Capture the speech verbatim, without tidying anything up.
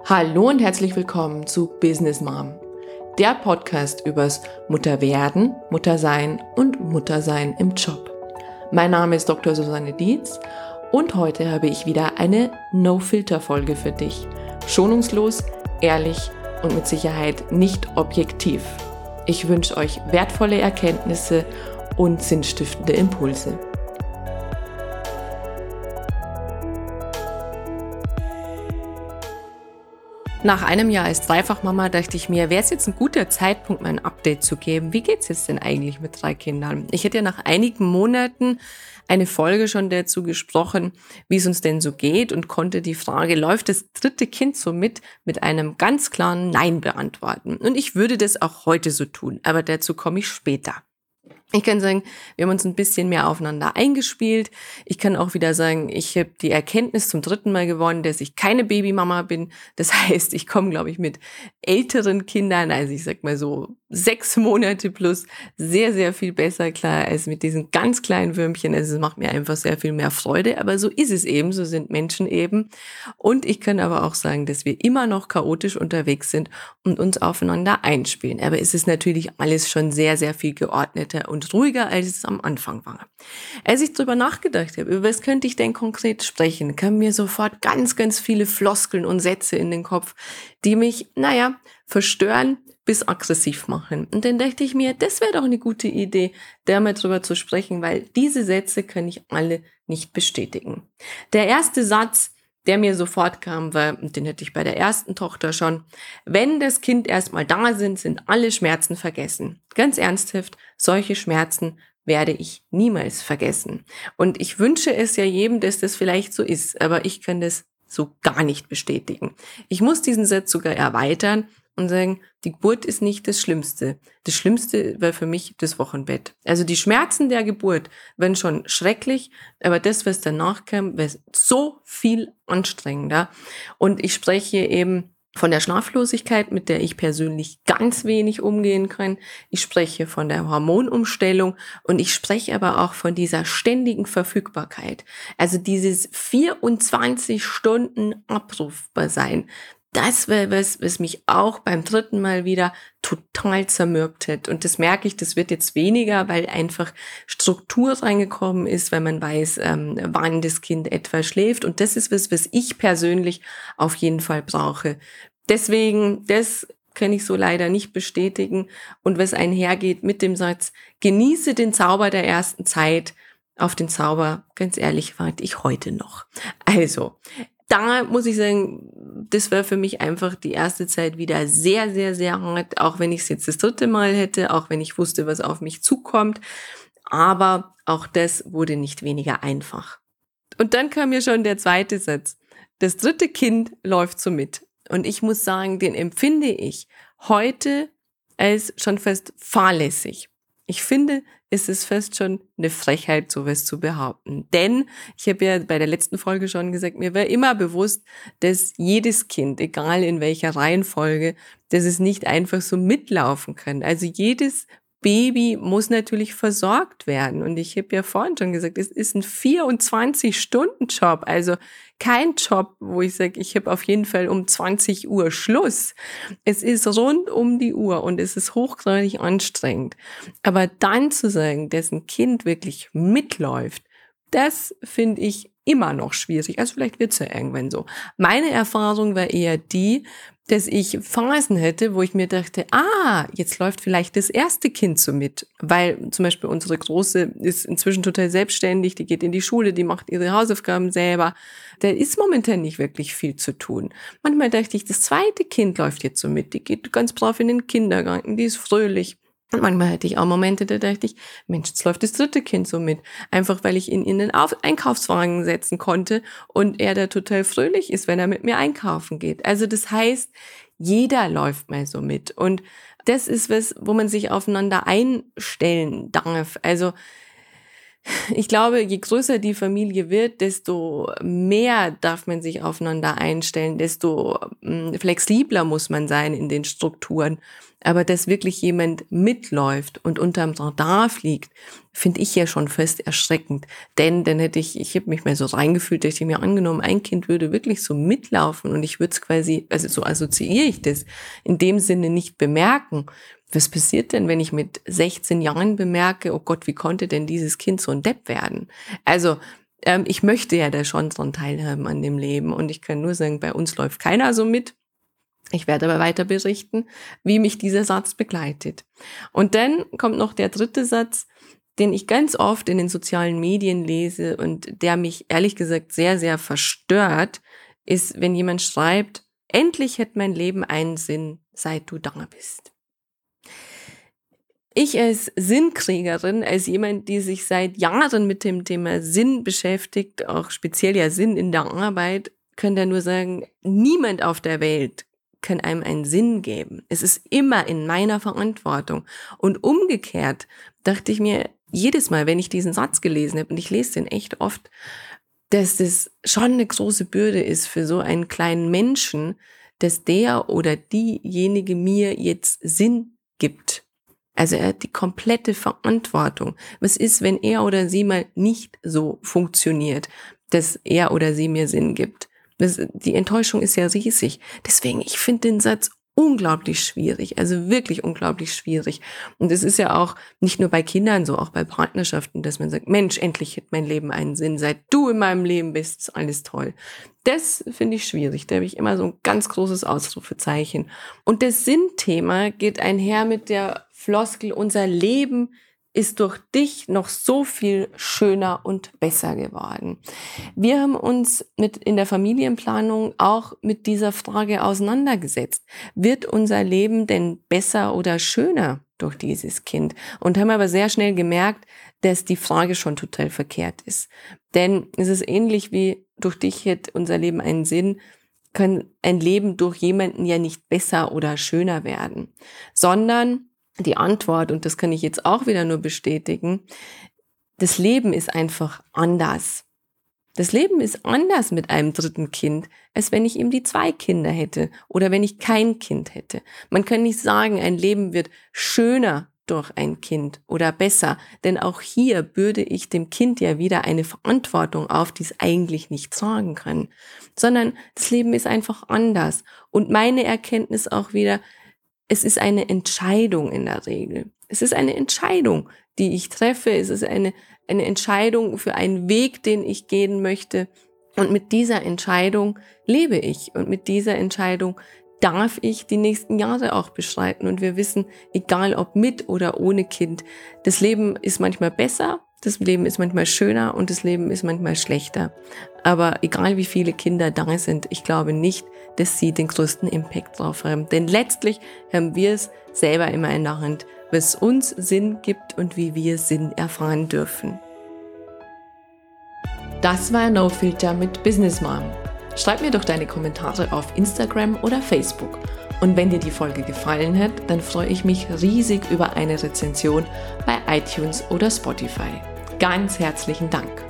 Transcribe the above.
Hallo und herzlich willkommen zu Business Mom, der Podcast übers Mutterwerden, Muttersein und Muttersein im Job. Mein Name ist Doktor Susanne Dietz und heute habe ich wieder eine No-Filter-Folge für dich. Schonungslos, ehrlich und mit Sicherheit nicht objektiv. Ich wünsche euch wertvolle Erkenntnisse und sinnstiftende Impulse. Nach einem Jahr als Dreifachmama dachte ich mir, wäre es jetzt ein guter Zeitpunkt, mal ein Update zu geben. Wie geht's jetzt denn eigentlich mit drei Kindern? Ich hätte ja nach einigen Monaten eine Folge schon dazu gesprochen, wie es uns denn so geht und konnte die Frage, läuft das dritte Kind so mit, mit einem ganz klaren Nein beantworten. Und ich würde das auch heute so tun, aber dazu komme ich später. Ich kann sagen, wir haben uns ein bisschen mehr aufeinander eingespielt. Ich kann auch wieder sagen, ich habe die Erkenntnis zum dritten Mal gewonnen, dass ich keine Babymama bin. Das heißt, ich komme, glaube ich, mit älteren Kindern, also ich sag mal so sechs Monate plus, sehr, sehr viel besser klar als mit diesen ganz kleinen Würmchen. Also es macht mir einfach sehr viel mehr Freude, aber so ist es eben, so sind Menschen eben. Und ich kann aber auch sagen, dass wir immer noch chaotisch unterwegs sind und uns aufeinander einspielen. Aber es ist natürlich alles schon sehr, sehr viel geordneter und und ruhiger, als es am Anfang war. Als ich darüber nachgedacht habe, über was könnte ich denn konkret sprechen, kamen mir sofort ganz, ganz viele Floskeln und Sätze in den Kopf, die mich, naja, verstören bis aggressiv machen. Und dann dachte ich mir, das wäre doch eine gute Idee, da mal drüber zu sprechen, weil diese Sätze kann ich alle nicht bestätigen. Der erste Satz, der mir sofort kam, war, und den hatte ich bei der ersten Tochter schon, wenn das Kind erstmal da sind, sind alle Schmerzen vergessen. Ganz ernsthaft, solche Schmerzen werde ich niemals vergessen. Und ich wünsche es ja jedem, dass das vielleicht so ist, aber ich kann das so gar nicht bestätigen. Ich muss diesen Satz sogar erweitern und sagen, die Geburt ist nicht das Schlimmste. Das Schlimmste war für mich das Wochenbett. Also die Schmerzen der Geburt waren schon schrecklich, aber das, was danach kam, war so viel anstrengender. Und ich spreche eben von der Schlaflosigkeit, mit der ich persönlich ganz wenig umgehen kann. Ich spreche von der Hormonumstellung und ich spreche aber auch von dieser ständigen Verfügbarkeit. Also dieses vierundzwanzig Stunden abrufbar sein. Das war was, was mich auch beim dritten Mal wieder total zermürbt hat. Und das merke ich, das wird jetzt weniger, weil einfach Struktur reingekommen ist, weil man weiß, ähm, wann das Kind etwa schläft. Und das ist was, was ich persönlich auf jeden Fall brauche. Deswegen, das kann ich so leider nicht bestätigen. Und was einhergeht mit dem Satz, genieße den Zauber der ersten Zeit. Auf den Zauber, ganz ehrlich, warte ich heute noch. Also, da muss ich sagen, das war für mich einfach die erste Zeit wieder sehr, sehr, sehr hart, auch wenn ich es jetzt das dritte Mal hätte, auch wenn ich wusste, was auf mich zukommt. Aber auch das wurde nicht weniger einfach. Und dann kam mir schon der zweite Satz. Das dritte Kind läuft so mit. Und ich muss sagen, den empfinde ich heute als schon fast fahrlässig. Ich finde, es ist fast schon eine Frechheit, sowas zu behaupten. Denn, ich habe ja bei der letzten Folge schon gesagt, mir war immer bewusst, dass jedes Kind, egal in welcher Reihenfolge, dass es nicht einfach so mitlaufen kann. Also jedes Baby muss natürlich versorgt werden. Und ich habe ja vorhin schon gesagt, es ist ein vierundzwanzig-Stunden-Job. Also kein Job, wo ich sage, ich habe auf jeden Fall um zwanzig Uhr Schluss. Es ist rund um die Uhr und es ist hochgradig anstrengend. Aber dann zu sagen, dass ein Kind wirklich mitläuft, das finde ich immer noch schwierig. Also vielleicht wird es ja irgendwann so. Meine Erfahrung war eher die, dass ich Phasen hätte, wo ich mir dachte, ah, jetzt läuft vielleicht das erste Kind so mit. Weil zum Beispiel unsere Große ist inzwischen total selbstständig, die geht in die Schule, die macht ihre Hausaufgaben selber. Da ist momentan nicht wirklich viel zu tun. Manchmal dachte ich, das zweite Kind läuft jetzt so mit, die geht ganz brav in den Kindergarten, die ist fröhlich. Und manchmal hatte ich auch Momente, da dachte ich, Mensch, jetzt läuft das dritte Kind so mit. Einfach, weil ich ihn in den Auf- Einkaufswagen setzen konnte und er da total fröhlich ist, wenn er mit mir einkaufen geht. Also das heißt, jeder läuft mal so mit. Und das ist was, wo man sich aufeinander einstellen darf. Also Ich glaube, je größer die Familie wird, desto mehr darf man sich aufeinander einstellen, desto flexibler muss man sein in den Strukturen. Aber dass wirklich jemand mitläuft und unterm Radar fliegt, finde ich ja schon fast erschreckend. Denn dann hätte ich, ich habe mich mal so reingefühlt, dass ich mir angenommen, ein Kind würde wirklich so mitlaufen und ich würde es quasi, also so assoziiere ich das, in dem Sinne nicht bemerken. Was passiert denn, wenn ich mit sechzehn Jahren bemerke, oh Gott, wie konnte denn dieses Kind so ein Depp werden? Also ähm, ich möchte ja da schon dran teilhaben an dem Leben und ich kann nur sagen, bei uns läuft keiner so mit. Ich werde aber weiter berichten, wie mich dieser Satz begleitet. Und dann kommt noch der dritte Satz, den ich ganz oft in den sozialen Medien lese und der mich ehrlich gesagt sehr, sehr verstört, ist, wenn jemand schreibt, endlich hat mein Leben einen Sinn, seit du da bist. Ich als Sinnkriegerin, als jemand, die sich seit Jahren mit dem Thema Sinn beschäftigt, auch speziell ja Sinn in der Arbeit, kann da nur sagen, niemand auf der Welt kann einem einen Sinn geben. Es ist immer in meiner Verantwortung. Und umgekehrt dachte ich mir jedes Mal, wenn ich diesen Satz gelesen habe, und ich lese den echt oft, dass es schon eine große Bürde ist für so einen kleinen Menschen, dass der oder diejenige mir jetzt Sinn gibt. Also er hat die komplette Verantwortung. Was ist, wenn er oder sie mal nicht so funktioniert, dass er oder sie mir Sinn gibt? Das, die Enttäuschung ist ja riesig. Deswegen, ich finde den Satz unglaublich schwierig, also wirklich unglaublich schwierig. Und es ist ja auch nicht nur bei Kindern so, auch bei Partnerschaften, dass man sagt, Mensch, endlich hat mein Leben einen Sinn, seit du in meinem Leben bist, ist alles toll. Das finde ich schwierig, da habe ich immer so ein ganz großes Ausrufezeichen. Und das Sinnthema geht einher mit der Floskel, unser Leben ist durch dich noch so viel schöner und besser geworden. Wir haben uns mit in der Familienplanung auch mit dieser Frage auseinandergesetzt. Wird unser Leben denn besser oder schöner durch dieses Kind? Und haben aber sehr schnell gemerkt, dass die Frage schon total verkehrt ist. Denn es ist ähnlich wie durch dich hat unser Leben einen Sinn, kann ein Leben durch jemanden ja nicht besser oder schöner werden, sondern die Antwort, und das kann ich jetzt auch wieder nur bestätigen, das Leben ist einfach anders. Das Leben ist anders mit einem dritten Kind, als wenn ich eben die zwei Kinder hätte oder wenn ich kein Kind hätte. Man kann nicht sagen, ein Leben wird schöner durch ein Kind oder besser, denn auch hier bürde ich dem Kind ja wieder eine Verantwortung auf, die es eigentlich nicht tragen kann, sondern das Leben ist einfach anders. Und meine Erkenntnis auch wieder, es ist eine Entscheidung in der Regel. Es ist eine Entscheidung, die ich treffe. Es ist eine, eine Entscheidung für einen Weg, den ich gehen möchte. Und mit dieser Entscheidung lebe ich. Und mit dieser Entscheidung darf ich die nächsten Jahre auch beschreiten. Und wir wissen, egal ob mit oder ohne Kind, das Leben ist manchmal besser, das Leben ist manchmal schöner und das Leben ist manchmal schlechter. Aber egal wie viele Kinder da sind, ich glaube nicht, dass sie den größten Impact drauf haben. Denn letztlich haben wir es selber immer in der Hand, was uns Sinn gibt und wie wir Sinn erfahren dürfen. Das war No Filter mit Business Mom. Schreib mir doch deine Kommentare auf Instagram oder Facebook. Und wenn dir die Folge gefallen hat, dann freue ich mich riesig über eine Rezension bei iTunes oder Spotify. Ganz herzlichen Dank.